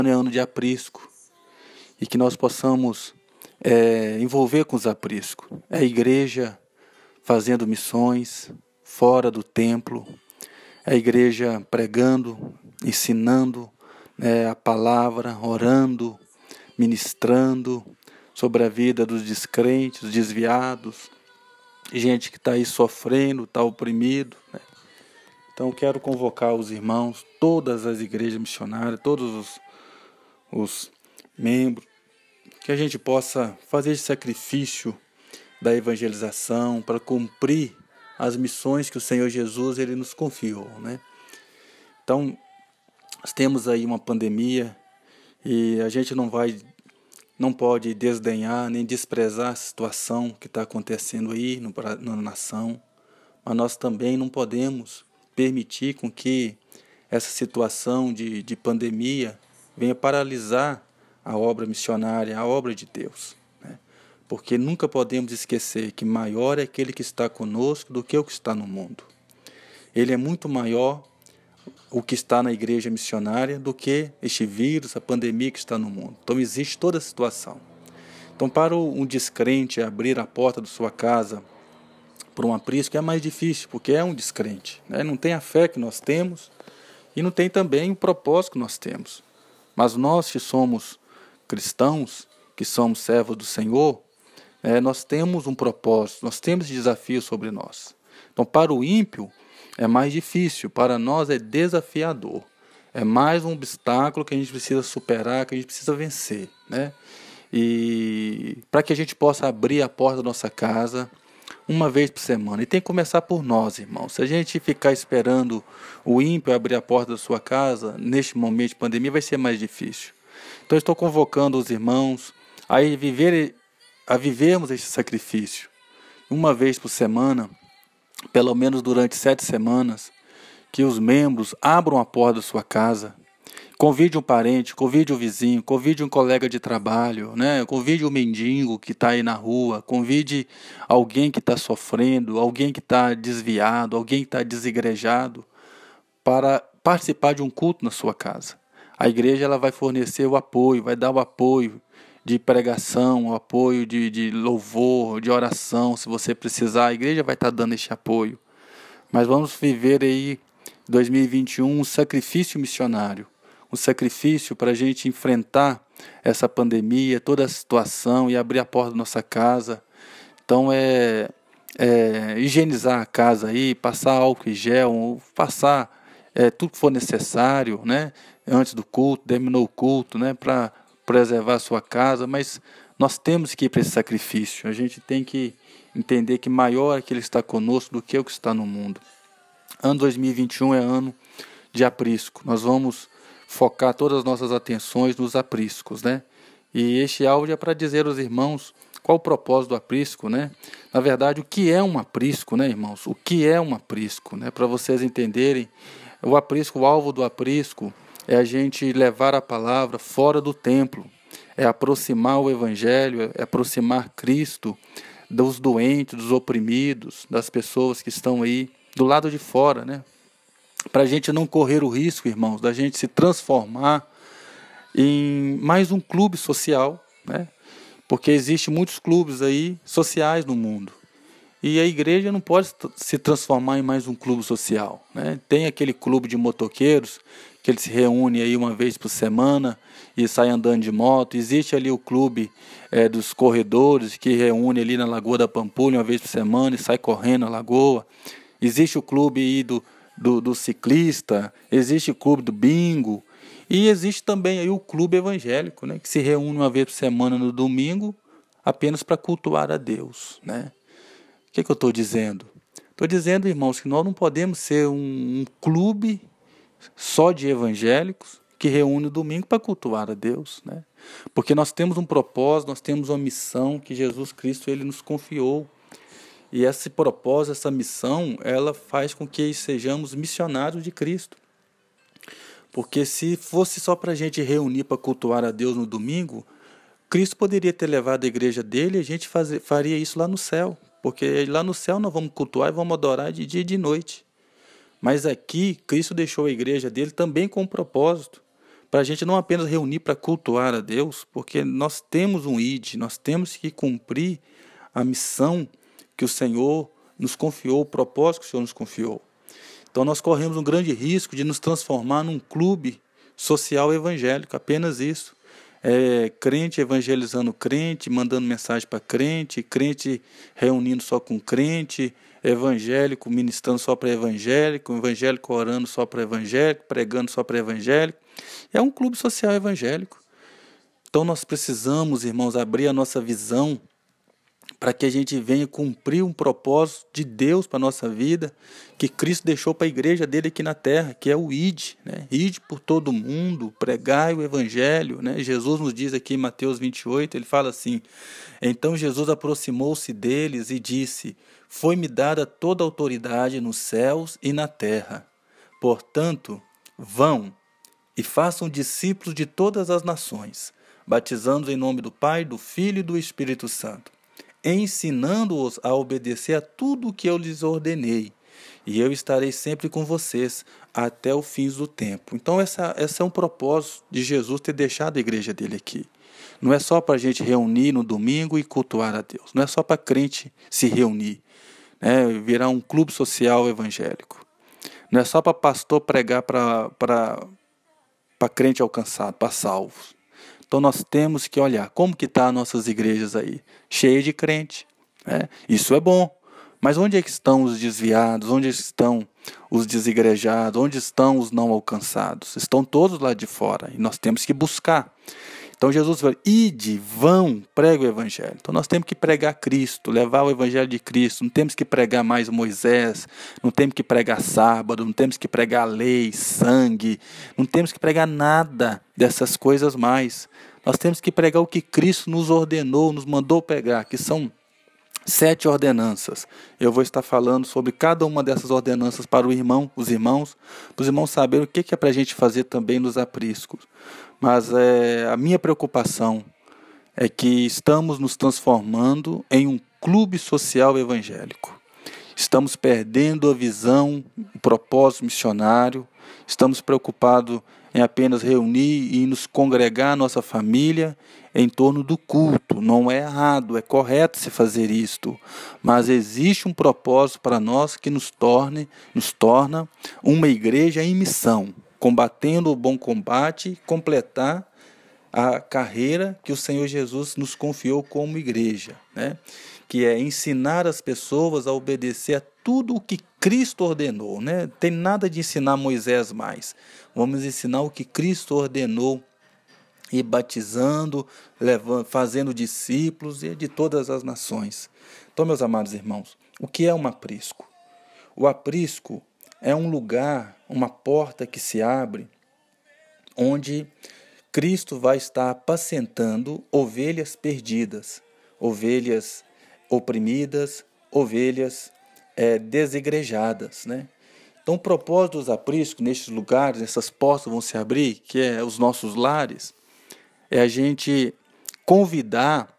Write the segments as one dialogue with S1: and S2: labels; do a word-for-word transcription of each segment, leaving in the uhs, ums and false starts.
S1: é ano de aprisco e que nós possamos é, envolver com os apriscos. É a igreja fazendo missões fora do templo, é a igreja pregando, ensinando é, a palavra, orando, ministrando sobre a vida dos descrentes, desviados, gente que está aí sofrendo, está oprimido, né? Então eu quero convocar os irmãos, todas as igrejas missionárias, todos os, os membros, que a gente possa fazer esse sacrifício da evangelização para cumprir as missões que o Senhor Jesus ele nos confiou, né? Então, nós temos aí uma pandemia e a gente não vai, não pode desdenhar nem desprezar a situação que está acontecendo aí no, na nação, mas nós também não podemos permitir com que essa situação de, de pandemia venha paralisar a obra missionária, a obra de Deus, né? Porque nunca podemos esquecer que maior é aquele que está conosco do que o que está no mundo. Ele é muito maior o que está na igreja missionária do que este vírus, a pandemia que está no mundo. Então existe toda a situação. Então para um descrente abrir a porta da sua casa por um aprisco é mais difícil, porque é um descrente, né? Não tem a fé que nós temos e não tem também o propósito que nós temos. Mas nós que somos cristãos, que somos servos do Senhor, é, nós temos um propósito, nós temos desafio sobre nós. Então para o ímpio é mais difícil, para nós é desafiador. É mais um obstáculo que a gente precisa superar, que a gente precisa vencer, né? E para que a gente possa abrir a porta da nossa casa uma vez por semana. E tem que começar por nós, irmãos. Se a gente ficar esperando o ímpio abrir a porta da sua casa, neste momento de pandemia, vai ser mais difícil. Então, eu estou convocando os irmãos a, viver, a vivermos esse sacrifício. Uma vez por semana, pelo menos durante sete semanas, que os membros abram a porta da sua casa, convide um parente, convide um vizinho, convide um colega de trabalho, né? Convide um mendigo que está aí na rua, convide alguém que está sofrendo, alguém que está desviado, alguém que está desigrejado, para participar de um culto na sua casa. A igreja ela vai fornecer o apoio, vai dar o apoio de pregação, o apoio de, de louvor, de oração, se você precisar, a igreja vai estar dando esse apoio. Mas vamos viver aí, dois mil e vinte e um, um sacrifício missionário. Um sacrifício para a gente enfrentar essa pandemia, toda a situação e abrir a porta da nossa casa. Então é, é higienizar a casa aí, passar álcool e gel, passar é, tudo que for necessário, né? Antes do culto, terminou o culto, né? Para preservar a sua casa, mas nós temos que ir para esse sacrifício. A gente tem que entender que maior é que Ele está conosco do que o que está no mundo. Ano dois mil e vinte e um é ano de aprisco. Nós vamos focar todas as nossas atenções nos apriscos, né? E este áudio é para dizer aos irmãos qual o propósito do aprisco, né? Na verdade, o que é um aprisco, né, irmãos? O que é um aprisco, né? Para vocês entenderem, o aprisco, o alvo do aprisco é a gente levar a palavra fora do templo, é aproximar o evangelho, é aproximar Cristo dos doentes, dos oprimidos, das pessoas que estão aí do lado de fora, né? Para a gente não correr o risco, irmãos, da gente se transformar em mais um clube social, né? Porque existem muitos clubes aí sociais no mundo. E a igreja não pode se transformar em mais um clube social, né? Tem aquele clube de motoqueiros, que eles se reúnem aí uma vez por semana e saem andando de moto. Existe ali o clube é, dos corredores, que reúne ali na Lagoa da Pampulha uma vez por semana e sai correndo na lagoa. Existe o clube aí do Do, do ciclista, existe o clube do bingo e existe também aí o clube evangélico, né, que se reúne uma vez por semana no domingo apenas para cultuar a Deus, né? O que, que eu estou dizendo? Estou dizendo, irmãos, que nós não podemos ser um, um clube só de evangélicos que reúne no domingo para cultuar a Deus, né? Porque nós temos um propósito, nós temos uma missão que Jesus Cristo ele nos confiou. E esse propósito, essa missão, ela faz com que sejamos missionários de Cristo. Porque se fosse só para a gente reunir para cultuar a Deus no domingo, Cristo poderia ter levado a igreja dele e a gente fazer, faria isso lá no céu. Porque lá no céu nós vamos cultuar e vamos adorar de dia e de noite. Mas aqui, Cristo deixou a igreja dele também com um propósito, para a gente não apenas reunir para cultuar a Deus, porque nós temos um I D, nós temos que cumprir a missão que o Senhor nos confiou, o propósito que o Senhor nos confiou. Então nós corremos um grande risco de nos transformar num clube social evangélico, apenas isso. É, crente evangelizando crente, mandando mensagem para crente, crente reunindo só com crente, evangélico ministrando só para evangélico, evangélico orando só para evangélico, pregando só para evangélico. É um clube social evangélico. Então nós precisamos, irmãos, abrir a nossa visão para que a gente venha cumprir um propósito de Deus para a nossa vida, que Cristo deixou para a igreja dele aqui na terra, que é o I D, né? I D por todo mundo, pregai o evangelho, né? Jesus nos diz aqui em Mateus vinte e oito, ele fala assim: então Jesus aproximou-se deles e disse: foi-me dada toda a autoridade nos céus e na terra. Portanto, vão e façam discípulos de todas as nações, batizando-os em nome do Pai, do Filho e do Espírito Santo, ensinando-os a obedecer a tudo o que eu lhes ordenei, e eu estarei sempre com vocês até o fim do tempo. Então essa, esse é um propósito de Jesus ter deixado a igreja dele aqui. Não é só para a gente reunir no domingo e cultuar a Deus, não é só para crente se reunir, né, virar um clube social evangélico, não é só para pastor pregar para para crente alcançado, para salvos. Então nós temos que olhar como que estão as nossas igrejas aí, cheias de crente, né? Isso é bom, mas onde é que estão os desviados, onde estão os desigrejados, onde estão os não alcançados? Estão todos lá de fora e nós temos que buscar. Então Jesus fala: ide, vão, prega o evangelho. Então nós temos que pregar Cristo, levar o evangelho de Cristo. Não temos que pregar mais Moisés, não temos que pregar sábado, não temos que pregar lei, sangue, não temos que pregar nada dessas coisas mais. Nós temos que pregar o que Cristo nos ordenou, nos mandou pregar, que são sete ordenanças. Eu vou estar falando sobre cada uma dessas ordenanças para o irmão, os irmãos, para os irmãos saberem o que é para a gente fazer também nos apriscos. Mas é, a minha preocupação é que estamos nos transformando em um clube social evangélico. Estamos perdendo a visão, o propósito missionário, estamos preocupados em apenas reunir e nos congregar a nossa família em torno do culto. Não é errado, é correto se fazer isto, mas existe um propósito para nós que nos torne, nos torna uma igreja em missão, combatendo o bom combate, completar a carreira que o Senhor Jesus nos confiou como igreja, né? Que é ensinar as pessoas a obedecer a tudo o que Cristo ordenou, né? Tem nada de ensinar Moisés mais. Vamos ensinar o que Cristo ordenou, e batizando, levando, fazendo discípulos de todas as nações. Então, meus amados irmãos, o que é um aprisco? O aprisco é um lugar, uma porta que se abre, onde Cristo vai estar apacentando ovelhas perdidas, ovelhas oprimidas, ovelhas é, desigrejadas, né? Então, o propósito dos apriscos, nestes lugares, essas portas vão se abrir, que é os nossos lares, é a gente convidar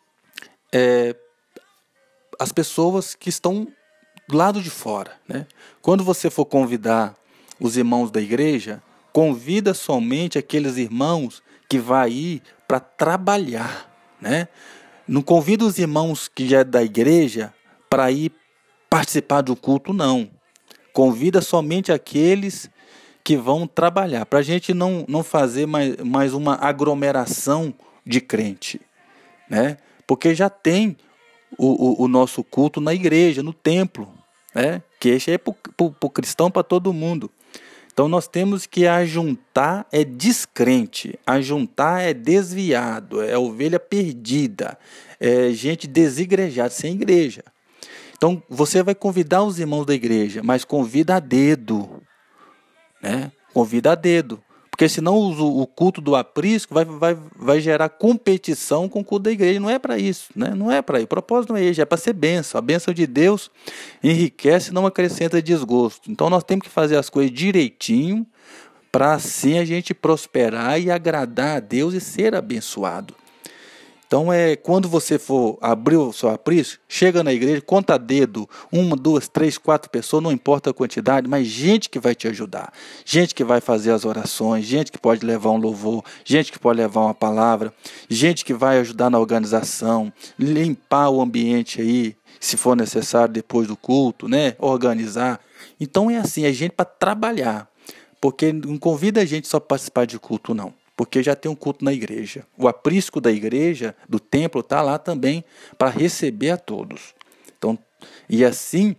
S1: é, as pessoas que estão do lado de fora, né? Quando você for convidar os irmãos da igreja, convida somente aqueles irmãos que vão ir para trabalhar, né? Não convida os irmãos que já é da igreja para ir participar do culto, não. Convida somente aqueles que vão trabalhar, para a gente não, não fazer mais, mais uma aglomeração de crente, né? Porque já tem o, o, o nosso culto na igreja, no templo, né? Que esse é para o cristão, para todo mundo. Então nós temos que ajuntar é descrente, ajuntar é desviado, é ovelha perdida, é gente desigrejada, sem igreja. Então você vai convidar os irmãos da igreja, mas convida a dedo, né? Convida a dedo, porque senão o, o culto do aprisco vai, vai, vai gerar competição com o culto da igreja. Não é para isso, né? Não é para isso. O propósito não é esse, é para ser bênção. A bênção de Deus enriquece e não acrescenta desgosto. Então nós temos que fazer as coisas direitinho, para assim a gente prosperar e agradar a Deus e ser abençoado. Então, é, quando você for abrir o seu aprisco, chega na igreja, conta a dedo, uma, duas, três, quatro pessoas, não importa a quantidade, mas gente que vai te ajudar, gente que vai fazer as orações, gente que pode levar um louvor, gente que pode levar uma palavra, gente que vai ajudar na organização, limpar o ambiente aí, se for necessário depois do culto, né? Organizar. Então é assim, é gente para trabalhar, porque não convida a gente só para participar de culto, não. Porque já tem um culto na igreja. O aprisco da igreja, do templo, está lá também para receber a todos. Então, e assim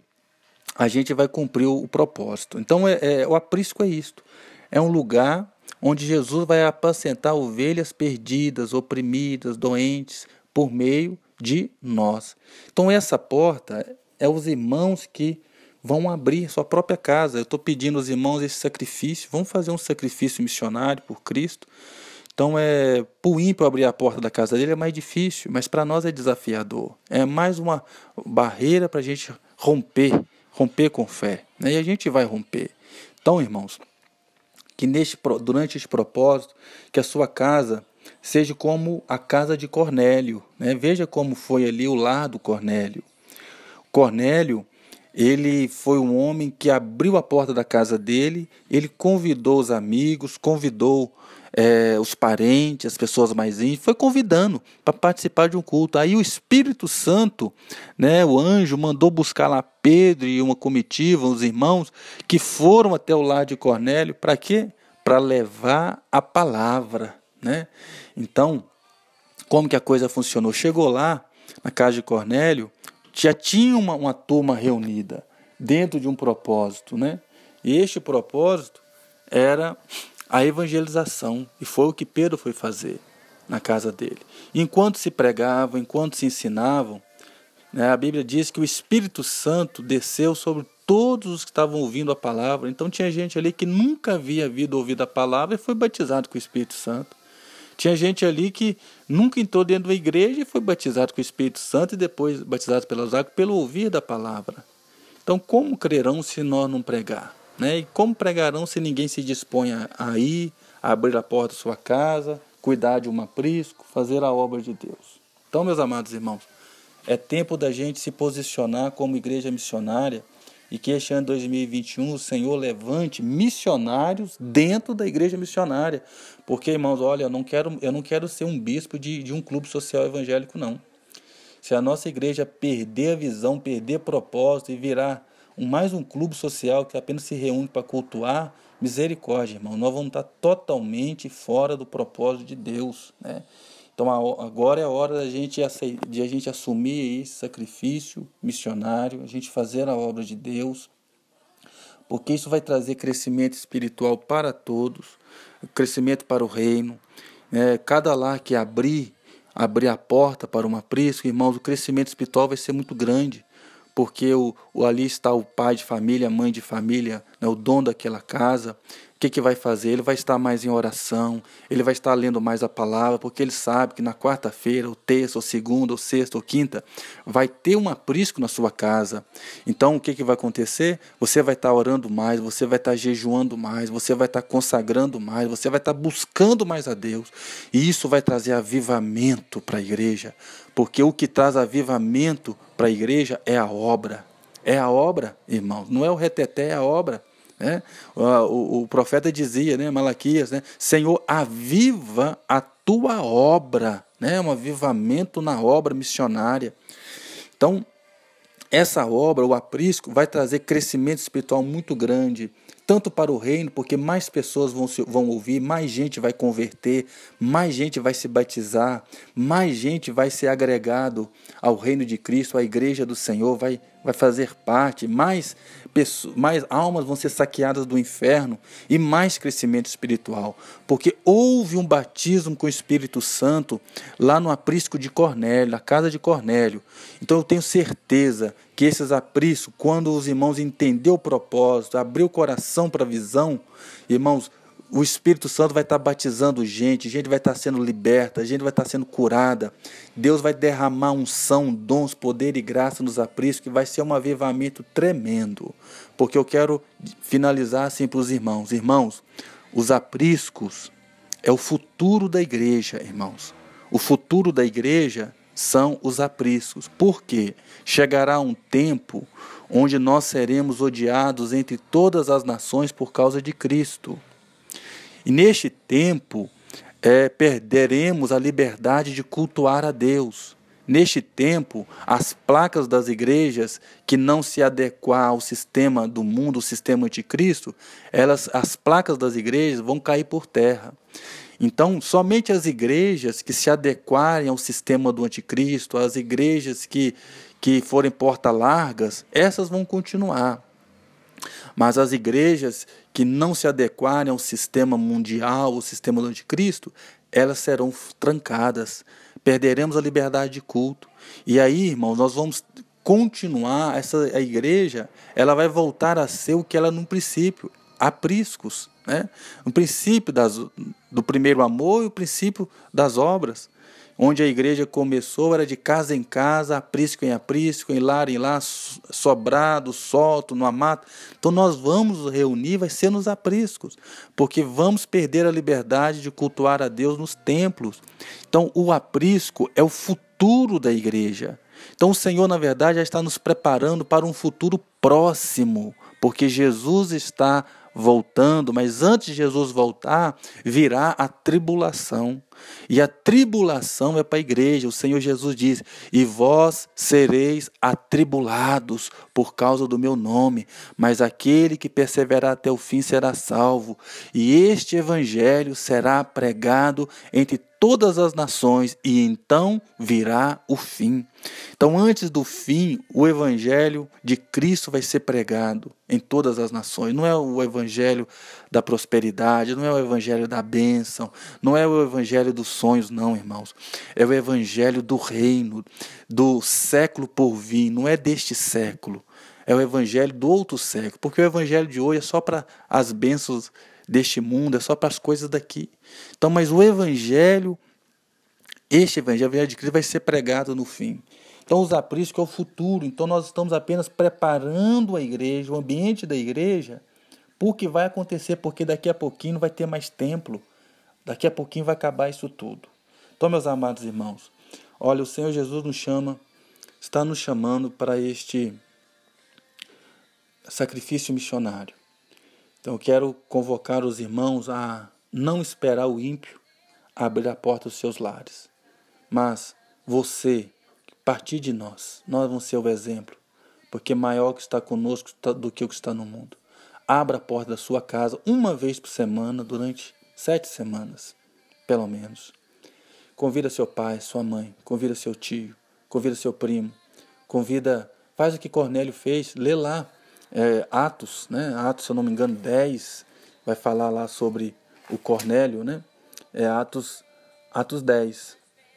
S1: a gente vai cumprir o, o propósito. Então, é, é, o aprisco é isto. É um lugar onde Jesus vai apacentar ovelhas perdidas, oprimidas, doentes, por meio de nós. Então, essa porta é os irmãos que vão abrir sua própria casa. Eu estou pedindo aos irmãos esse sacrifício. Vamos fazer um sacrifício missionário por Cristo. Então, é, para o ímpio abrir a porta da casa dele é mais difícil, mas para nós é desafiador. É mais uma barreira para a gente romper, romper com fé. Né? E a gente vai romper. Então, irmãos, que neste, durante esse propósito, que a sua casa seja como a casa de Cornélio. Né? Veja como foi ali o lar do Cornélio. Cornélio, ele foi um homem que abriu a porta da casa dele, ele convidou os amigos, convidou é, os parentes, as pessoas mais íntimas, foi convidando para participar de um culto. Aí o Espírito Santo, né, o anjo, mandou buscar lá Pedro e uma comitiva, os irmãos, que foram até o lar de Cornélio, para quê? Para levar a palavra. Né? Então, como que a coisa funcionou? Chegou lá, na casa de Cornélio, já tinha uma, uma turma reunida dentro de um propósito, né? E este propósito era a evangelização, e foi o que Pedro foi fazer na casa dele. Enquanto se pregavam, enquanto se ensinavam, né, a Bíblia diz que o Espírito Santo desceu sobre todos os que estavam ouvindo a palavra. Então tinha gente ali que nunca havia havido ouvido a palavra e foi batizado com o Espírito Santo. Tinha gente ali que nunca entrou dentro da igreja e foi batizado com o Espírito Santo e depois batizado pelas águas pelo ouvir da palavra. Então, como crerão se nós não pregar? Né? E como pregarão se ninguém se dispõe a ir, a abrir a porta da sua casa, cuidar de um aprisco, fazer a obra de Deus? Então, meus amados irmãos, é tempo da gente se posicionar como igreja missionária e que este ano dois mil e vinte e um o Senhor levante missionários dentro da igreja missionária. Porque, irmãos, olha, eu não quero, eu não quero ser um bispo de, de um clube social evangélico, não. Se a nossa igreja perder a visão, perder propósito e virar um, mais um clube social que apenas se reúne para cultuar, misericórdia, irmão, nós vamos estar totalmente fora do propósito de Deus, né? Então agora é a hora da gente, de a gente assumir esse sacrifício missionário, a gente fazer a obra de Deus, porque isso vai trazer crescimento espiritual para todos, crescimento para o reino. É, cada lar que abrir, abrir a porta para uma aprisco, irmãos, o crescimento espiritual vai ser muito grande, porque o, o, ali está o pai de família, a mãe de família, né, o dono daquela casa. O que, que vai fazer? Ele vai estar mais em oração, ele vai estar lendo mais a palavra, porque ele sabe que na quarta-feira, ou terça, ou segunda, ou sexta, ou quinta, vai ter um aprisco na sua casa. Então, o que, que vai acontecer? Você vai estar orando mais, você vai estar jejuando mais, você vai estar consagrando mais, você vai estar buscando mais a Deus. E isso vai trazer avivamento para a igreja, porque o que traz avivamento para a igreja é a obra. É a obra, irmãos, não é o reteté, é a obra. Né? O, o, o profeta dizia, né, Malaquias, né, Senhor, aviva a tua obra, né, um avivamento na obra missionária. Então, essa obra, o aprisco, vai trazer crescimento espiritual muito grande, tanto para o reino, porque mais pessoas vão, se, vão ouvir, mais gente vai converter, mais gente vai se batizar, mais gente vai ser agregado ao reino de Cristo, à igreja do Senhor, vai, vai fazer parte, mais, pessoas, mais almas vão ser saqueadas do inferno e mais crescimento espiritual, porque houve um batismo com o Espírito Santo lá no aprisco de Cornélio, na casa de Cornélio. Então eu tenho certeza que esses apriscos, quando os irmãos entenderam o propósito, abriu o coração para a visão, irmãos, o Espírito Santo vai estar batizando gente, gente vai estar sendo liberta, gente vai estar sendo curada, Deus vai derramar unção, dons, poder e graça nos apriscos, que vai ser um avivamento tremendo, porque eu quero finalizar assim para os irmãos, irmãos, os apriscos é o futuro da igreja, irmãos, O futuro da igreja são os apriscos. Por quê? Chegará um tempo onde nós seremos odiados entre todas as nações por causa de Cristo. E neste tempo, é, perderemos a liberdade de cultuar a Deus. Neste tempo, as placas das igrejas que não se adequar ao sistema do mundo, o sistema anticristo, elas, as placas das igrejas vão cair por terra. Então, somente as igrejas que se adequarem ao sistema do anticristo, as igrejas que, que forem porta-largas, essas vão continuar. Mas as igrejas que não se adequarem ao sistema mundial, ao sistema do anticristo, elas serão trancadas. Perderemos a liberdade de culto. E aí, irmãos, nós vamos continuar, essa, a igreja, ela vai voltar a ser o que ela no princípio, apriscos, né? O princípio das, do primeiro amor e o princípio das obras. Onde a igreja começou era de casa em casa, aprisco em aprisco, em lar em lar, sobrado, solto, no amato. Então nós vamos nos reunir, vai ser nos apriscos, porque vamos perder a liberdade de cultuar a Deus nos templos. Então o aprisco é o futuro da igreja. Então o Senhor, na verdade, já está nos preparando para um futuro próximo, porque Jesus está voltando, mas antes de Jesus voltar, virá a tribulação. E a tribulação é para a igreja. O Senhor Jesus diz: e vós sereis atribulados por causa do meu nome, mas aquele que perseverar até o fim será salvo. E este evangelho será pregado entre todas as nações, e então virá o fim. Então, antes do fim, o evangelho de Cristo vai ser pregado em todas as nações. Não é o evangelho da prosperidade, não é o evangelho da bênção, não é o evangelho dos sonhos, não, irmãos. É o evangelho do reino, do século por vir, não é deste século. É o evangelho do outro século, porque o evangelho de hoje é só para as bênçãos deste mundo, é só para as coisas daqui. Então, mas o evangelho, este evangelho, o evangelho de Cristo vai ser pregado no fim. Então, os apriscos é o futuro. Então, nós estamos apenas preparando a igreja, o ambiente da igreja, para o que vai acontecer, porque daqui a pouquinho não vai ter mais templo. Daqui a pouquinho vai acabar isso tudo. Então, meus amados irmãos, olha, o Senhor Jesus nos chama, está nos chamando para este sacrifício missionário. Então eu quero convocar os irmãos a não esperar o ímpio abrir a porta dos seus lares. Mas você, a partir de nós, nós vamos ser o exemplo, porque maior que está conosco do que o que está no mundo. Abra a porta da sua casa uma vez por semana, durante sete semanas, pelo menos. Convida seu pai, sua mãe, convida seu tio, convida seu primo, convida, faz o que Cornélio fez, lê lá. É, Atos, né? Atos, se eu não me engano, dez, vai falar lá sobre o Cornélio, né? É Atos, Atos dez.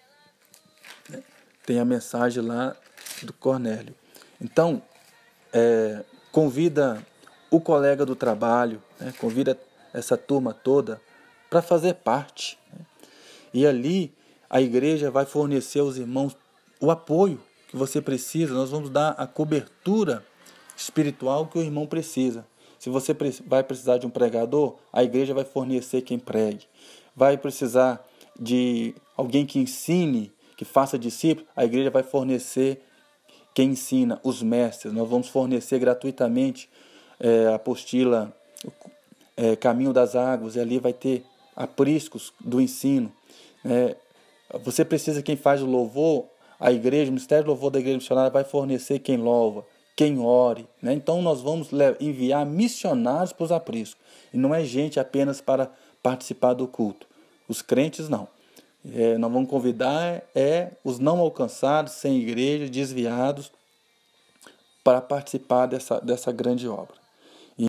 S1: Tem a mensagem lá do Cornélio. Então, é, convida o colega do trabalho, né? Convida essa turma toda para fazer parte. Né? E ali a igreja vai fornecer aos irmãos o apoio que você precisa. Nós vamos dar a cobertura espiritual que o irmão precisa. Se você vai precisar de um pregador, a igreja vai fornecer quem pregue. Vai precisar de alguém que ensine, que faça discípulo, a igreja vai fornecer quem ensina, os mestres. Nós vamos fornecer gratuitamente é, a apostila é, Caminho das Águas, e ali vai ter apriscos do ensino. É, você precisa quem faz o louvor, a igreja, o Ministério do Louvor da Igreja Missionária vai fornecer quem louva, quem ore, né? Então nós vamos enviar missionários para os apriscos. E não é gente apenas para participar do culto. Os crentes não. É, nós vamos convidar é, os não alcançados, sem igreja, desviados, para participar dessa, dessa grande obra.